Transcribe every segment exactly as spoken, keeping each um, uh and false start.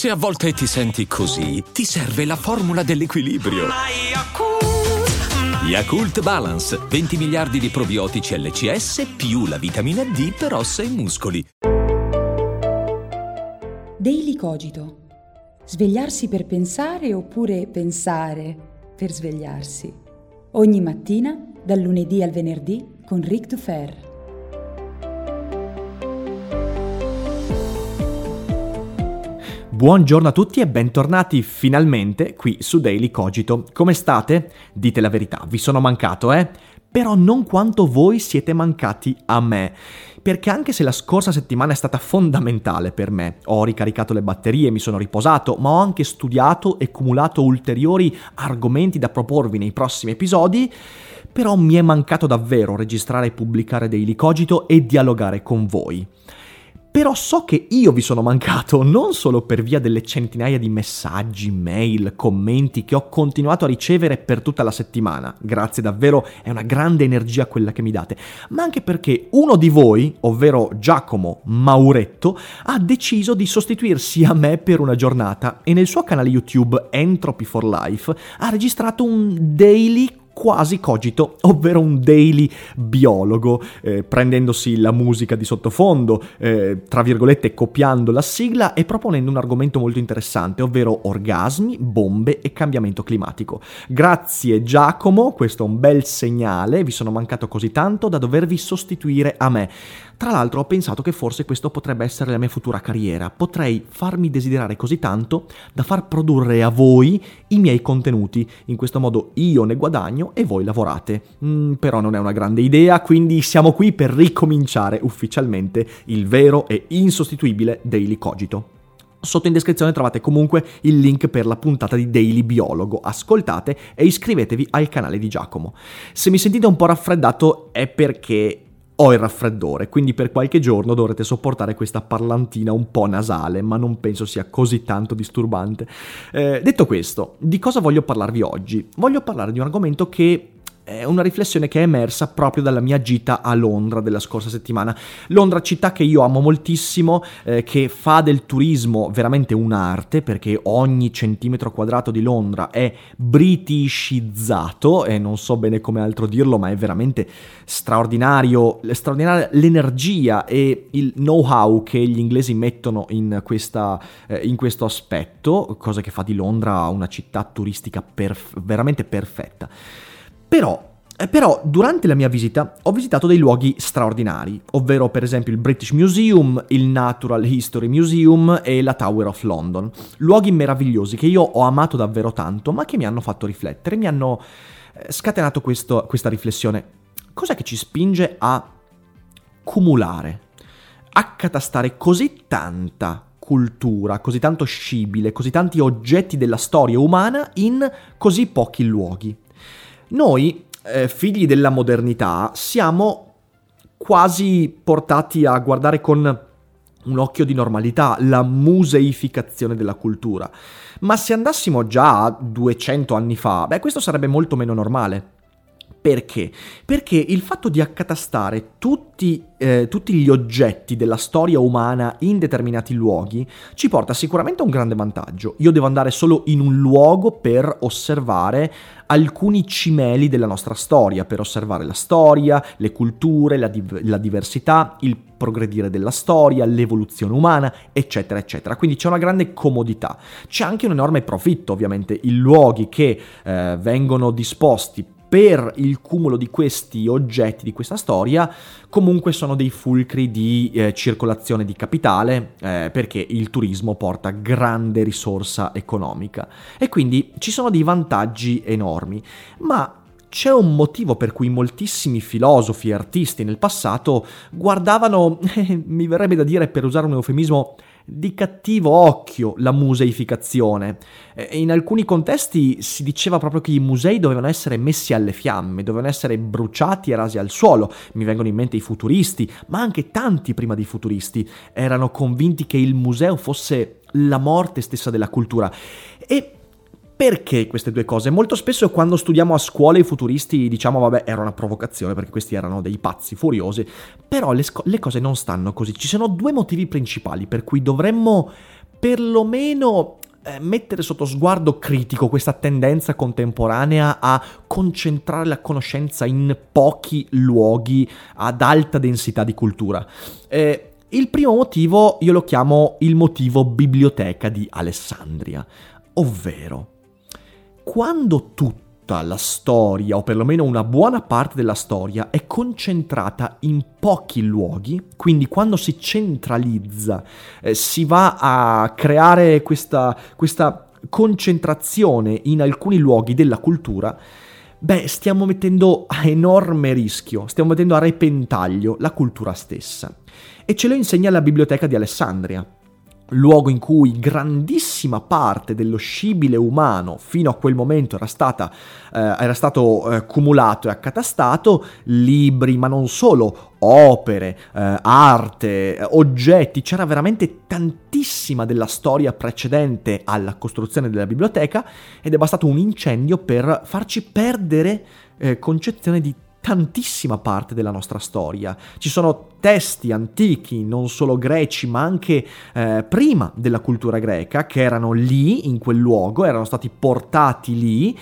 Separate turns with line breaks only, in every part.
Se a volte ti senti così, ti serve la formula dell'equilibrio. Yakult Balance, venti miliardi di probiotici L C S più la vitamina D per ossa e muscoli.
Daily Cogito. Svegliarsi per pensare oppure pensare per svegliarsi. Ogni mattina, dal lunedì al venerdì, con Ric Dufer.
Buongiorno a tutti e bentornati finalmente qui su Daily Cogito. Come state? Dite la verità, vi sono mancato, eh? Però non quanto voi siete mancati a me, perché anche se la scorsa settimana è stata fondamentale per me, ho ricaricato le batterie, mi sono riposato, ma ho anche studiato e cumulato ulteriori argomenti da proporvi nei prossimi episodi, però mi è mancato davvero registrare e pubblicare Daily Cogito e dialogare con voi. Però so che io vi sono mancato non solo per via delle centinaia di messaggi, mail, commenti che ho continuato a ricevere per tutta la settimana. Grazie davvero, è una grande energia quella che mi date. Ma anche perché uno di voi, ovvero Giacomo Mauretto, ha deciso di sostituirsi a me per una giornata e nel suo canale YouTube Entropy for Life ha registrato un daily quasi cogito, ovvero un daily biologo, eh, prendendosi la musica di sottofondo, eh, tra virgolette copiando la sigla e proponendo un argomento molto interessante, ovvero orgasmi, bombe e cambiamento climatico. Grazie Giacomo, questo è un bel segnale, vi sono mancato così tanto da dovervi sostituire a me. Tra l'altro ho pensato che forse questo potrebbe essere la mia futura carriera, potrei farmi desiderare così tanto da far produrre a voi i miei contenuti, in questo modo io ne guadagno e voi lavorate. Mm, però non è una grande idea, quindi siamo qui per ricominciare ufficialmente il vero e insostituibile Daily Cogito. Sotto in descrizione trovate comunque il link per la puntata di Daily Biologo, ascoltate e iscrivetevi al canale di Giacomo. Se mi sentite un po' raffreddato è perché ho il raffreddore, quindi per qualche giorno dovrete sopportare questa parlantina un po' nasale, ma non penso sia così tanto disturbante. Eh, detto questo, di cosa voglio parlarvi oggi? Voglio parlare di un argomento che è una riflessione che è emersa proprio dalla mia gita a Londra della scorsa settimana. Londra, città che io amo moltissimo, eh, che fa del turismo veramente un'arte, perché ogni centimetro quadrato di Londra è britishizzato, e non so bene come altro dirlo, ma è veramente straordinario, straordinaria l'energia e il know-how che gli inglesi mettono in, questa, eh, in questo aspetto, cosa che fa di Londra una città turistica perf- veramente perfetta. Però, eh, però, durante la mia visita ho visitato dei luoghi straordinari, ovvero per esempio il British Museum, il Natural History Museum e la Tower of London. Luoghi meravigliosi che io ho amato davvero tanto, ma che mi hanno fatto riflettere, mi hanno eh, scatenato questo, questa riflessione. Cos'è che ci spinge a cumulare, accatastare così tanta cultura, così tanto scibile, così tanti oggetti della storia umana in così pochi luoghi? Noi, eh, figli della modernità, siamo quasi portati a guardare con un occhio di normalità la museificazione della cultura. Ma se andassimo già a duecento anni fa, beh, questo sarebbe molto meno normale. Perché? Perché il fatto di accatastare tutti, eh, tutti gli oggetti della storia umana in determinati luoghi ci porta sicuramente a un grande vantaggio. Io devo andare solo in un luogo per osservare alcuni cimeli della nostra storia, per osservare la storia, le culture, la, div- la diversità, il progredire della storia, l'evoluzione umana, eccetera, eccetera. Quindi c'è una grande comodità. C'è anche un enorme profitto, ovviamente. I luoghi che eh, vengono disposti per il cumulo di questi oggetti, di questa storia, comunque sono dei fulcri di eh, circolazione di capitale, eh, perché il turismo porta grande risorsa economica. E quindi ci sono dei vantaggi enormi. Ma c'è un motivo per cui moltissimi filosofi e artisti nel passato guardavano, eh, mi verrebbe da dire, per usare un eufemismo, di cattivo occhio la museificazione. In alcuni contesti si diceva proprio che i musei dovevano essere messi alle fiamme, dovevano essere bruciati e rasi al suolo. Mi vengono in mente i futuristi, ma anche tanti prima dei futuristi erano convinti che il museo fosse la morte stessa della cultura. E perché queste due cose? Molto spesso quando studiamo a scuola i futuristi diciamo vabbè era una provocazione perché questi erano dei pazzi furiosi, però le, sco- le cose non stanno così. Ci sono due motivi principali per cui dovremmo perlomeno eh, mettere sotto sguardo critico questa tendenza contemporanea a concentrare la conoscenza in pochi luoghi ad alta densità di cultura. Eh, il primo motivo io lo chiamo il motivo biblioteca di Alessandria, ovvero quando tutta la storia, o perlomeno una buona parte della storia, è concentrata in pochi luoghi, quindi quando si centralizza, eh, si va a creare questa, questa concentrazione in alcuni luoghi della cultura, beh, stiamo mettendo a enorme rischio, stiamo mettendo a repentaglio la cultura stessa. E ce lo insegna la Biblioteca di Alessandria, luogo in cui grandissima parte dello scibile umano fino a quel momento era, stata, eh, era stato eh, cumulato e accatastato, libri, ma non solo, opere, eh, arte, eh, oggetti, c'era veramente tantissima della storia precedente alla costruzione della biblioteca ed è bastato un incendio per farci perdere eh, concezione di tantissima parte della nostra storia. Ci sono testi antichi, non solo greci, ma anche eh, prima della cultura greca, che erano lì, in quel luogo, erano stati portati lì,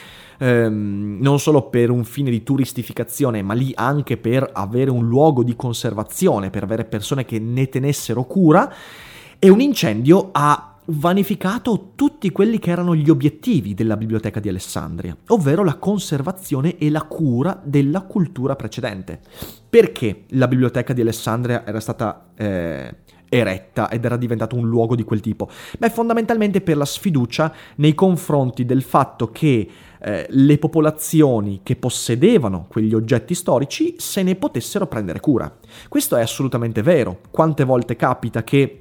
ehm, non solo per un fine di turistificazione, ma lì anche per avere un luogo di conservazione, per avere persone che ne tenessero cura, e un incendio ha vanificato tutti quelli che erano gli obiettivi della Biblioteca di Alessandria, ovvero la conservazione e la cura della cultura precedente. Perché la Biblioteca di Alessandria era stata eh, eretta ed era diventato un luogo di quel tipo? Beh, fondamentalmente per la sfiducia nei confronti del fatto che eh, le popolazioni che possedevano quegli oggetti storici se ne potessero prendere cura. Questo è assolutamente vero. Quante volte capita che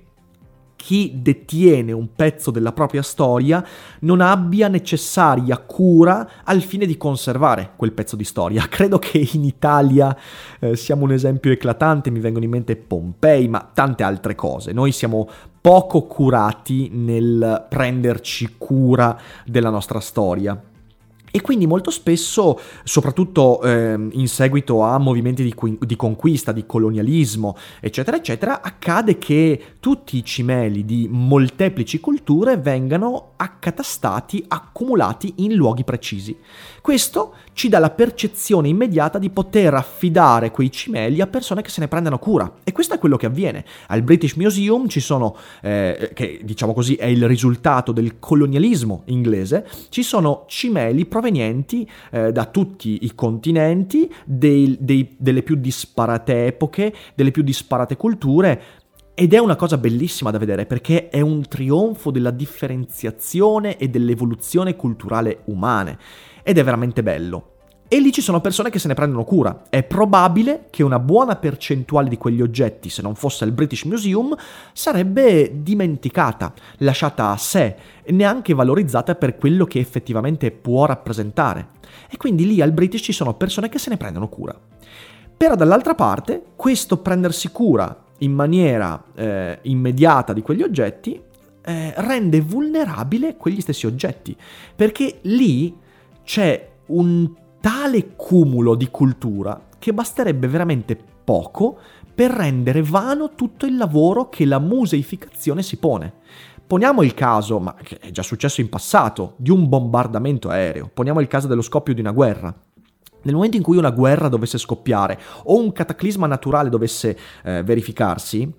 chi detiene un pezzo della propria storia non abbia necessaria cura al fine di conservare quel pezzo di storia. Credo che in Italia eh, siamo un esempio eclatante, mi vengono in mente Pompei, ma tante altre cose. Noi siamo poco curati nel prenderci cura della nostra storia. E quindi molto spesso, soprattutto eh, in seguito a movimenti di, di conquista, di colonialismo, eccetera, eccetera, accade che tutti i cimeli di molteplici culture vengano accatastati, accumulati in luoghi precisi. Questo ci dà la percezione immediata di poter affidare quei cimeli a persone che se ne prendano cura. E questo è quello che avviene. Al British Museum ci sono, eh, che diciamo così è il risultato del colonialismo inglese, ci sono cimeli provenienti eh, da tutti i continenti, dei, dei, delle più disparate epoche, delle più disparate culture, ed è una cosa bellissima da vedere perché è un trionfo della differenziazione e dell'evoluzione culturale umane, ed è veramente bello. E lì ci sono persone che se ne prendono cura. È probabile che una buona percentuale di quegli oggetti, se non fosse il British Museum, sarebbe dimenticata, lasciata a sé, e neanche valorizzata per quello che effettivamente può rappresentare. E quindi lì al British ci sono persone che se ne prendono cura. Però dall'altra parte, questo prendersi cura in maniera eh, immediata di quegli oggetti eh, rende vulnerabile quegli stessi oggetti, perché lì c'è un tale cumulo di cultura che basterebbe veramente poco per rendere vano tutto il lavoro che la museificazione si pone. Poniamo il caso, ma che è già successo in passato, di un bombardamento aereo. Poniamo il caso dello scoppio di una guerra. Nel momento in cui una guerra dovesse scoppiare o un cataclisma naturale dovesse eh, verificarsi,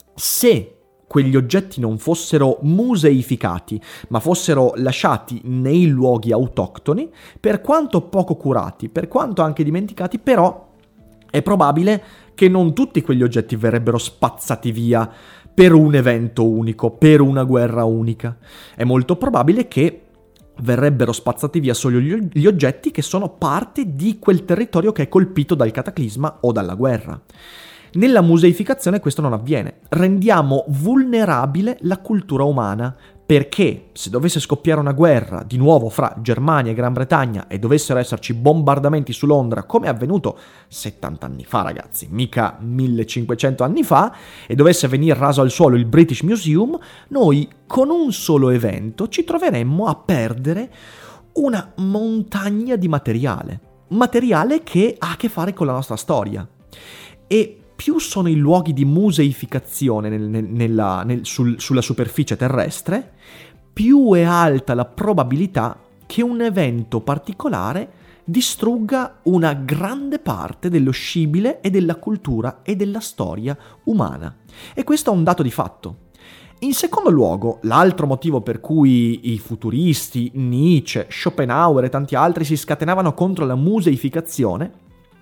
se quegli oggetti non fossero museificati, ma fossero lasciati nei luoghi autoctoni, per quanto poco curati, per quanto anche dimenticati, però è probabile che non tutti quegli oggetti verrebbero spazzati via per un evento unico, per una guerra unica. È molto probabile che verrebbero spazzati via solo gli oggetti che sono parte di quel territorio che è colpito dal cataclisma o dalla guerra. Nella museificazione questo non avviene. Rendiamo vulnerabile la cultura umana, perché se dovesse scoppiare una guerra di nuovo fra Germania e Gran Bretagna e dovessero esserci bombardamenti su Londra, come è avvenuto settanta anni fa, ragazzi, mica millecinquecento anni fa, e dovesse venire raso al suolo il British Museum, noi con un solo evento ci troveremmo a perdere una montagna di materiale, materiale che ha a che fare con la nostra storia. E più sono i luoghi di museificazione nel, nel, nella, nel, sul, sulla superficie terrestre, più è alta la probabilità che un evento particolare distrugga una grande parte dello scibile e della cultura e della storia umana. E questo è un dato di fatto. In secondo luogo, l'altro motivo per cui i futuristi, Nietzsche, Schopenhauer e tanti altri si scatenavano contro la museificazione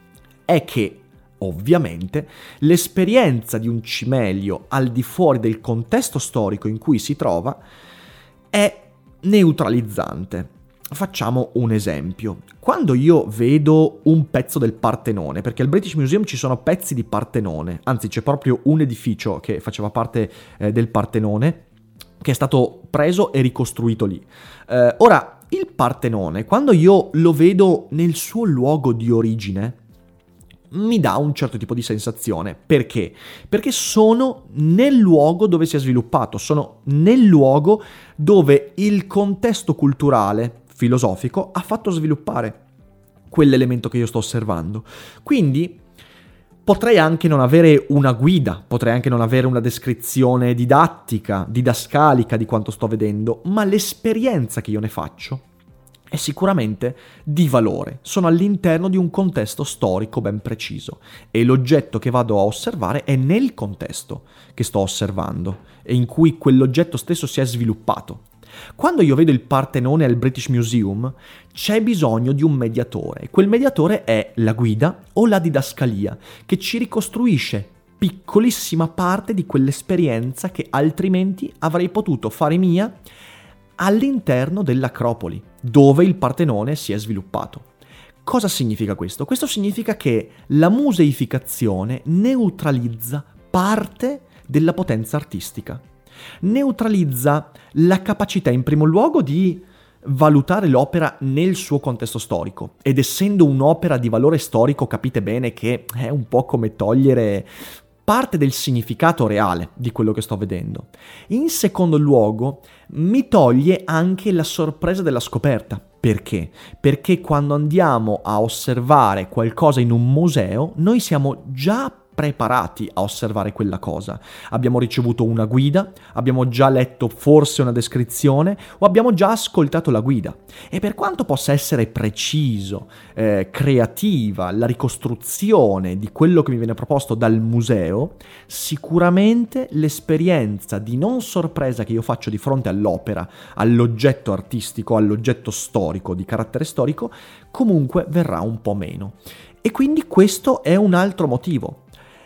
è che, ovviamente, l'esperienza di un cimelio al di fuori del contesto storico in cui si trova è neutralizzante. Facciamo un esempio. Quando io vedo un pezzo del Partenone, perché al British Museum ci sono pezzi di Partenone, anzi c'è proprio un edificio che faceva parte eh, del Partenone, che è stato preso e ricostruito lì. Eh, ora, il Partenone, quando io lo vedo nel suo luogo di origine, mi dà un certo tipo di sensazione. Perché? Perché sono nel luogo dove si è sviluppato, sono nel luogo dove il contesto culturale, filosofico, ha fatto sviluppare quell'elemento che io sto osservando. Quindi potrei anche non avere una guida, potrei anche non avere una descrizione didattica, didascalica di quanto sto vedendo, ma l'esperienza che io ne faccio è sicuramente di valore. Sono all'interno di un contesto storico ben preciso e l'oggetto che vado a osservare è nel contesto che sto osservando e in cui quell'oggetto stesso si è sviluppato. Quando io vedo il Partenone al British Museum, c'è bisogno di un mediatore. Quel mediatore è la guida o la didascalia, che ci ricostruisce piccolissima parte di quell'esperienza che altrimenti avrei potuto fare mia all'interno dell'Acropoli, dove il Partenone si è sviluppato. Cosa significa questo? Questo significa che la museificazione neutralizza parte della potenza artistica. Neutralizza la capacità in primo luogo di valutare l'opera nel suo contesto storico, ed essendo un'opera di valore storico capite bene che è un po' come togliere parte del significato reale di quello che sto vedendo. In secondo luogo mi toglie anche la sorpresa della scoperta. Perché? Perché quando andiamo a osservare qualcosa in un museo noi siamo già preparati a osservare quella cosa. Abbiamo ricevuto una guida, abbiamo già letto forse una descrizione o abbiamo già ascoltato la guida. E per quanto possa essere preciso, eh, creativa la ricostruzione di quello che mi viene proposto dal museo, sicuramente l'esperienza di non sorpresa che io faccio di fronte all'opera, all'oggetto artistico, all'oggetto storico, di carattere storico, comunque verrà un po' meno. E quindi questo è un altro motivo.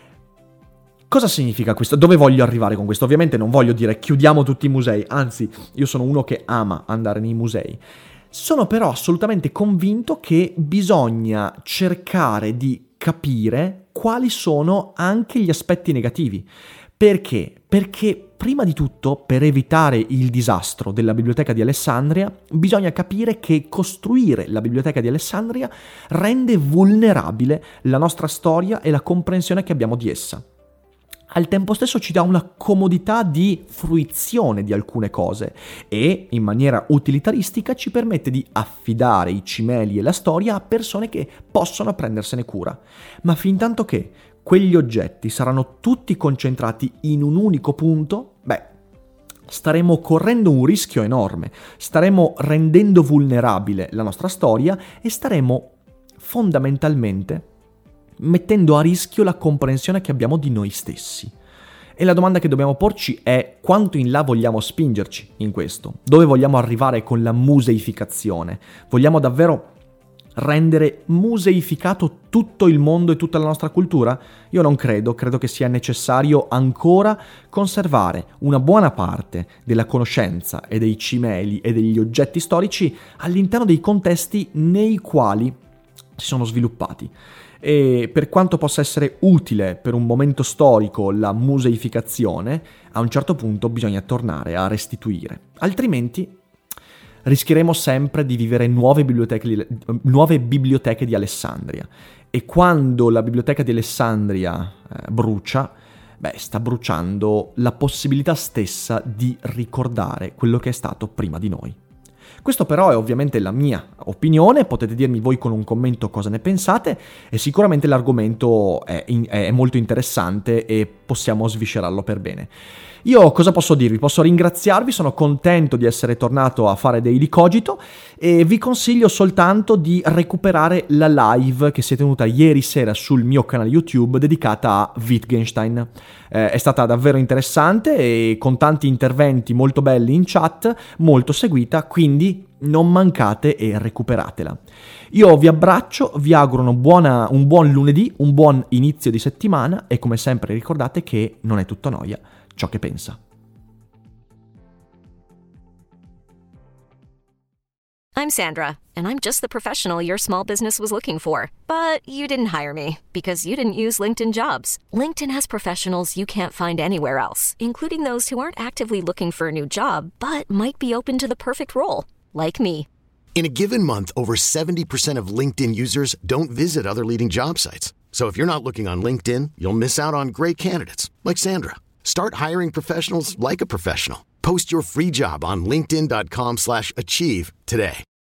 Cosa significa questo? Dove voglio arrivare con questo? Ovviamente non voglio dire chiudiamo tutti i musei, anzi io sono uno che ama andare nei musei. Sono però assolutamente convinto che bisogna cercare di capire quali sono anche gli aspetti negativi. Perché? Perché prima di tutto, per evitare il disastro della Biblioteca di Alessandria, bisogna capire che costruire la Biblioteca di Alessandria rende vulnerabile la nostra storia e la comprensione che abbiamo di essa. Al tempo stesso ci dà una comodità di fruizione di alcune cose e, in maniera utilitaristica, ci permette di affidare i cimeli e la storia a persone che possono prendersene cura. Ma fintanto che quegli oggetti saranno tutti concentrati in un unico punto, beh, staremo correndo un rischio enorme, staremo rendendo vulnerabile la nostra storia e staremo fondamentalmente mettendo a rischio la comprensione che abbiamo di noi stessi. E la domanda che dobbiamo porci è: quanto in là vogliamo spingerci in questo? Dove vogliamo arrivare con la museificazione? Vogliamo davvero rendere museificato tutto il mondo e tutta la nostra cultura? Io non credo, credo che sia necessario ancora conservare una buona parte della conoscenza e dei cimeli e degli oggetti storici all'interno dei contesti nei quali si sono sviluppati. E per quanto possa essere utile per un momento storico la museificazione, a un certo punto bisogna tornare a restituire. Altrimenti rischieremo sempre di vivere nuove biblioteche, nuove biblioteche di Alessandria. E quando la biblioteca di Alessandria eh, brucia, beh, sta bruciando la possibilità stessa di ricordare quello che è stato prima di noi. Questo però è ovviamente la mia opinione, potete dirmi voi con un commento cosa ne pensate e sicuramente l'argomento è, in, è molto interessante e possiamo sviscerarlo per bene. Io cosa posso dirvi? Posso ringraziarvi, sono contento di essere tornato a fare Daily Cogito e vi consiglio soltanto di recuperare la live che si è tenuta ieri sera sul mio canale YouTube dedicata a Wittgenstein. Eh, è stata davvero interessante e con tanti interventi molto belli in chat, molto seguita, quindi non mancate e recuperatela. Io vi abbraccio, vi auguro una buona, un buon lunedì, un buon inizio di settimana e come sempre ricordate che non è tutto noia ciò che pensa.
I'm Sandra, and I'm just the professional your small business was looking for. But you didn't hire me because you didn't use LinkedIn Jobs. LinkedIn has professionals you can't find anywhere else, including those who aren't actively looking for a new job, but might be open to the perfect role, like me.
In a given month, over seventy percent of LinkedIn users don't visit other leading job sites. So if you're not looking on LinkedIn, you'll miss out on great candidates like Sandra. Start hiring professionals like a professional. Post your free job on linkedin dot com slash achieve today.